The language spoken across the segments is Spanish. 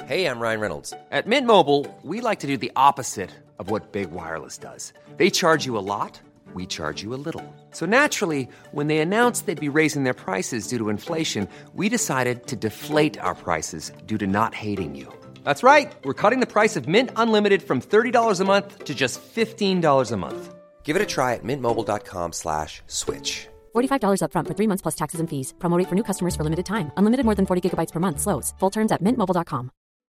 Hey, I'm Ryan Reynolds. At Mint Mobile, we like to do the opposite of what Big Wireless does. They charge you a lot, we charge you a little. So naturally, when they announced they'd be raising their prices due to inflation, we decided to deflate our prices due to not hating you. That's right. We're cutting the price of Mint Unlimited from $30 a month to just $15 a month. Give it a try at mintmobile.com/switch. $45 up front for 3 months plus taxes and fees. Promo rate for new customers for limited time. Unlimited more than 40 gigabytes per month. Slows full terms at mintmobile.com.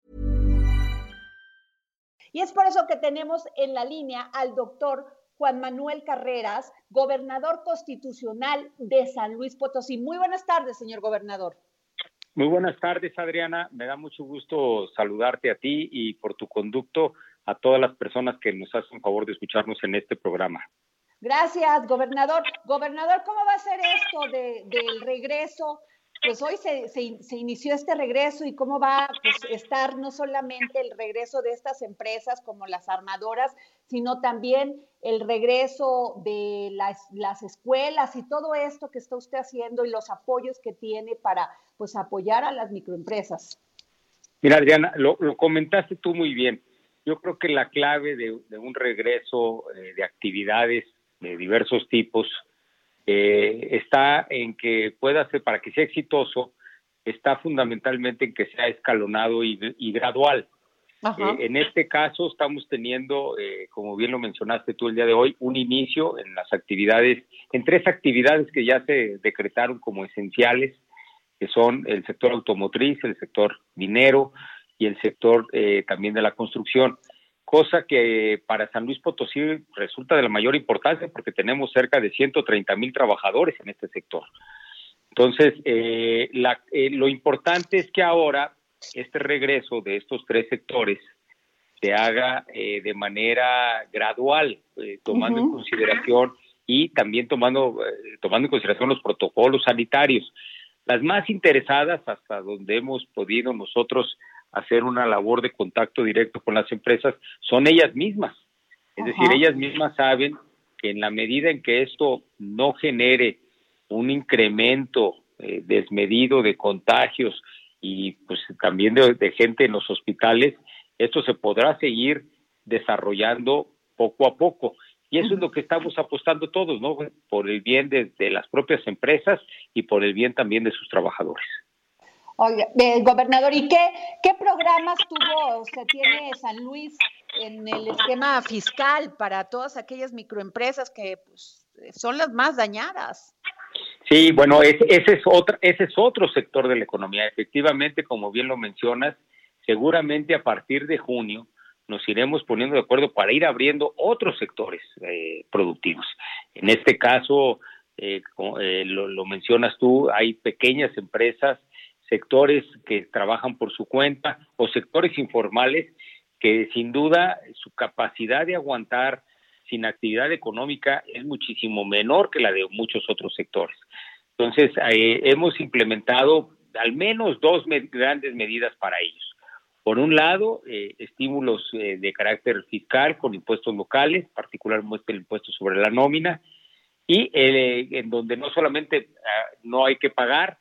Y es por eso que tenemos en la línea al doctor Juan Manuel Carreras, gobernador constitucional de San Luis Potosí. Muy buenas tardes, señor gobernador. Muy buenas tardes, Adriana. Me da mucho gusto saludarte a ti y por tu conducto a todas las personas que nos hacen favor de escucharnos en este programa. Gracias, gobernador. Gobernador, ¿cómo va a ser esto del regreso? Pues hoy se inició este regreso y cómo va a estar no solamente el regreso de estas empresas como las armadoras, sino también el regreso de las escuelas y todo esto que está usted haciendo y los apoyos que tiene para pues apoyar a las microempresas. Mira, Adriana, lo comentaste tú muy bien. Yo creo que la clave de un regreso de actividades de diversos tipos está en que pueda ser, para que sea exitoso, está fundamentalmente en que sea escalonado y gradual. En este caso estamos teniendo, como bien lo mencionaste tú el día de hoy, un inicio en las actividades, en 3 actividades que ya se decretaron como esenciales, que son el sector automotriz, el sector minero y el sector también de la construcción. Cosa que para San Luis Potosí resulta de la mayor importancia porque tenemos cerca de 130,000 trabajadores en este sector. Entonces, lo importante es que ahora este regreso de estos 3 sectores se haga de manera gradual, tomando en consideración y también tomando en consideración los protocolos sanitarios. Las más interesadas, hasta donde hemos podido nosotros hacer una labor de contacto directo con las empresas, son ellas mismas. Es decir, ellas mismas saben que en la medida en que esto no genere un incremento desmedido de contagios y pues también de gente en los hospitales, esto se podrá seguir desarrollando poco a poco. Y eso es lo que estamos apostando todos, ¿no? Por el bien de las propias empresas y por el bien también de sus trabajadores. Oiga, gobernador, ¿y qué programas tiene San Luis en el esquema fiscal para todas aquellas microempresas que pues, son las más dañadas? Sí, bueno, ese es otro sector de la economía. Efectivamente, como bien lo mencionas, seguramente a partir de junio nos iremos poniendo de acuerdo para ir abriendo otros sectores productivos. En este caso, lo mencionas tú, hay pequeñas empresas, sectores que trabajan por su cuenta o sectores informales que sin duda su capacidad de aguantar sin actividad económica es muchísimo menor que la de muchos otros sectores. Entonces, hemos implementado al menos 2 grandes medidas para ellos. Por un lado, estímulos de carácter fiscal con impuestos locales, particularmente el impuesto sobre la nómina, y en donde no solamente no hay que pagar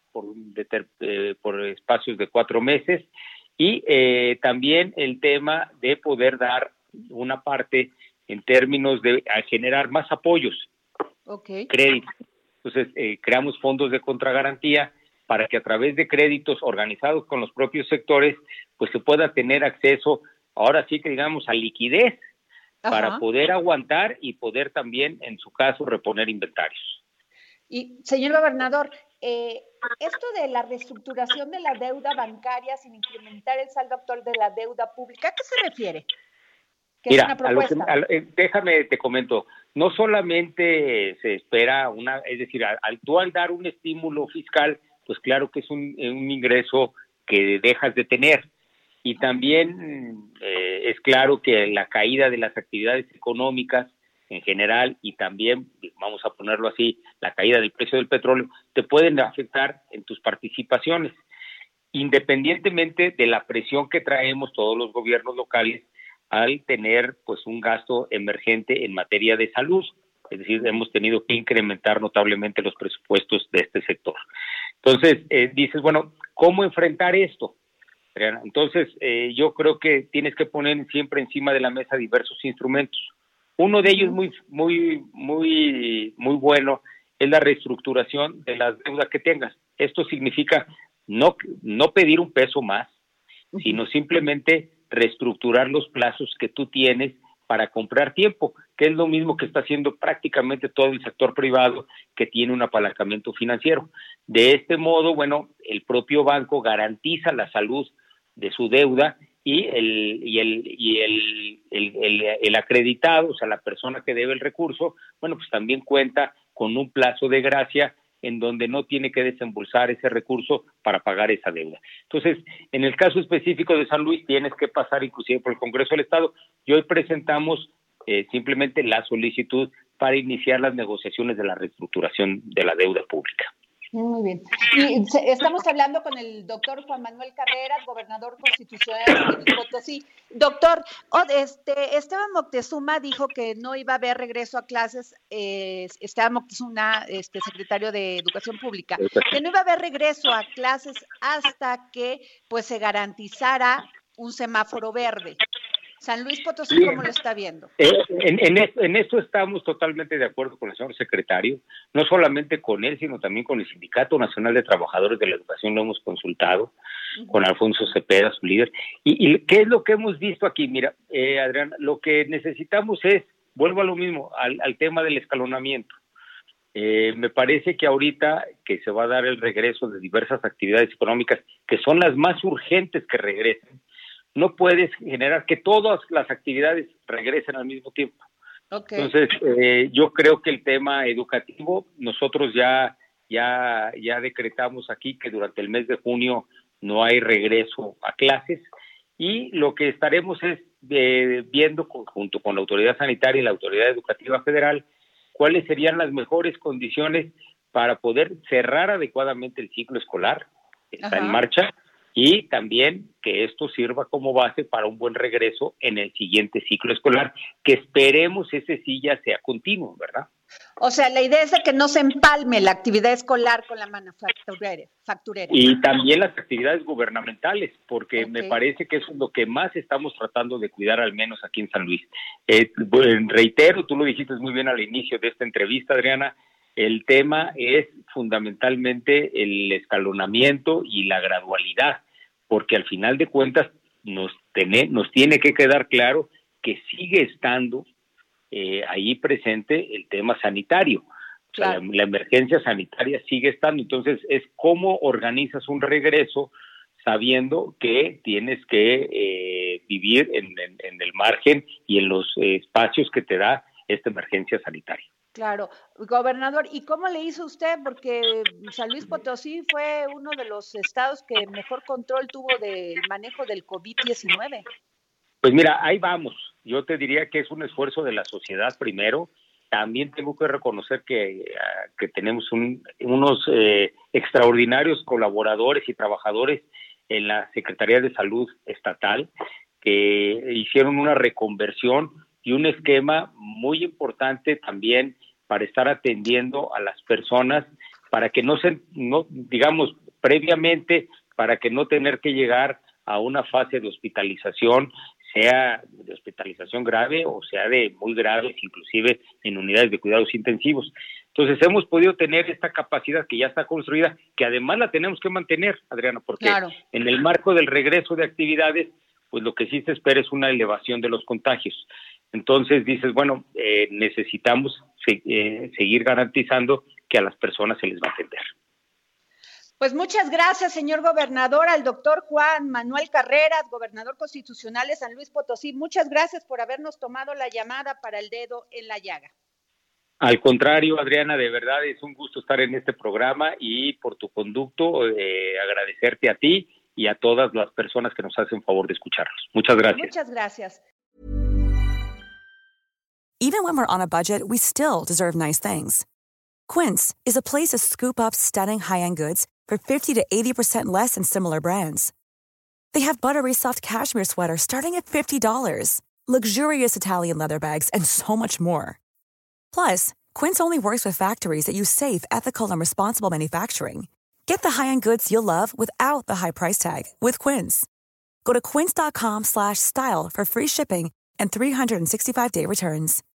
por espacios de 4 meses, y también el tema de poder dar una parte en términos de generar más apoyos, créditos. Entonces, creamos fondos de contragarantía para que a través de créditos organizados con los propios sectores, pues se pueda tener acceso, ahora sí que digamos, a liquidez para poder aguantar y poder también, en su caso, reponer inventarios. Y, señor gobernador, esto de la reestructuración de la deuda bancaria sin incrementar el saldo actual de la deuda pública, ¿a qué se refiere? Mira, déjame te comento, no solamente se espera es decir, al dar un estímulo fiscal, pues claro que es un ingreso que dejas de tener. Y también es claro que la caída de las actividades económicas en general y también, vamos a ponerlo así, la caída del precio del petróleo, te pueden afectar en tus participaciones, independientemente de la presión que traemos todos los gobiernos locales al tener pues un gasto emergente en materia de salud. Es decir, hemos tenido que incrementar notablemente los presupuestos de este sector. Entonces, dices, bueno, ¿cómo enfrentar esto? Adriana. Entonces, yo creo que tienes que poner siempre encima de la mesa diversos instrumentos. Uno de ellos muy bueno es la reestructuración de las deudas que tengas. Esto significa no pedir un peso más, sino simplemente reestructurar los plazos que tú tienes para comprar tiempo, que es lo mismo que está haciendo prácticamente todo el sector privado que tiene un apalancamiento financiero. De este modo, bueno, el propio banco garantiza la salud de su deuda y el acreditado, o sea, la persona que debe el recurso, bueno, pues también cuenta con un plazo de gracia en donde no tiene que desembolsar ese recurso para pagar esa deuda. Entonces, en el caso específico de San Luis, tienes que pasar inclusive por el Congreso del Estado, y hoy presentamos simplemente la solicitud para iniciar las negociaciones de la reestructuración de la deuda pública. Muy bien. Y estamos hablando con el doctor Juan Manuel Carreras, gobernador constitucional de San Luis Potosí. Doctor, Esteban Moctezuma dijo que no iba a haber regreso a clases, Esteban Moctezuma, secretario de Educación Pública, que no iba a haber regreso a clases hasta que pues se garantizara un semáforo verde. San Luis Potosí, ¿cómo lo está viendo? En esto estamos totalmente de acuerdo con el señor secretario, no solamente con él, sino también con el Sindicato Nacional de Trabajadores de la Educación, lo hemos consultado, con Alfonso Cepeda, su líder. ¿Y qué es lo que hemos visto aquí? Mira, Adrián, lo que necesitamos es, vuelvo a lo mismo, al tema del escalonamiento. Me parece que ahorita que se va a dar el regreso de diversas actividades económicas, que son las más urgentes que regresen, no puedes generar que todas las actividades regresen al mismo tiempo. Okay. Entonces, yo creo que el tema educativo, nosotros ya decretamos aquí que durante el mes de junio no hay regreso a clases, y lo que estaremos es viendo junto con la autoridad sanitaria y la autoridad educativa federal cuáles serían las mejores condiciones para poder cerrar adecuadamente el ciclo escolar que está en marcha, y también que esto sirva como base para un buen regreso en el siguiente ciclo escolar, que esperemos ese sí ya sea continuo, ¿verdad? O sea, la idea es de que no se empalme la actividad escolar con la manufacturera. Y también las actividades gubernamentales, porque me parece que eso es lo que más estamos tratando de cuidar, al menos aquí en San Luis. Reitero, tú lo dijiste muy bien al inicio de esta entrevista, Adriana, el tema es fundamentalmente el escalonamiento y la gradualidad, porque al final de cuentas nos tiene que quedar claro que sigue estando ahí presente el tema sanitario. Claro. O sea, la emergencia sanitaria sigue estando. Entonces, es cómo organizas un regreso sabiendo que tienes que vivir en el margen y en los espacios que te da esta emergencia sanitaria. Claro. Gobernador, ¿y cómo le hizo usted? Porque San Luis Potosí fue uno de los estados que mejor control tuvo del manejo del COVID-19. Pues mira, ahí vamos. Yo te diría que es un esfuerzo de la sociedad primero. También tengo que reconocer que tenemos unos extraordinarios colaboradores y trabajadores en la Secretaría de Salud Estatal que hicieron una reconversión y un esquema muy importante también para estar atendiendo a las personas, para que no digamos, previamente, para que no tener que llegar a una fase de hospitalización, sea de hospitalización grave o sea de muy graves, inclusive en unidades de cuidados intensivos. Entonces hemos podido tener esta capacidad que ya está construida, que además la tenemos que mantener, Adriana, porque en el marco del regreso de actividades, pues lo que sí se espera es una elevación de los contagios. Entonces dices, bueno, necesitamos seguir garantizando que a las personas se les va a atender. Pues muchas gracias, señor gobernador, al doctor Juan Manuel Carreras, gobernador constitucional de San Luis Potosí. Muchas gracias por habernos tomado la llamada para El Dedo en la Llaga. Al contrario, Adriana, de verdad es un gusto estar en este programa y por tu conducto, agradecerte a ti y a todas las personas que nos hacen favor de escucharnos. Muchas gracias. Muchas gracias. Even when we're on a budget, we still deserve nice things. Quince is a place to scoop up stunning high-end goods for 50 to 80% less than similar brands. They have buttery soft cashmere sweaters starting at $50, luxurious Italian leather bags, and so much more. Plus, Quince only works with factories that use safe, ethical, and responsible manufacturing. Get the high-end goods you'll love without the high price tag with Quince. Go to quince.com/style for free shipping and 365-day returns.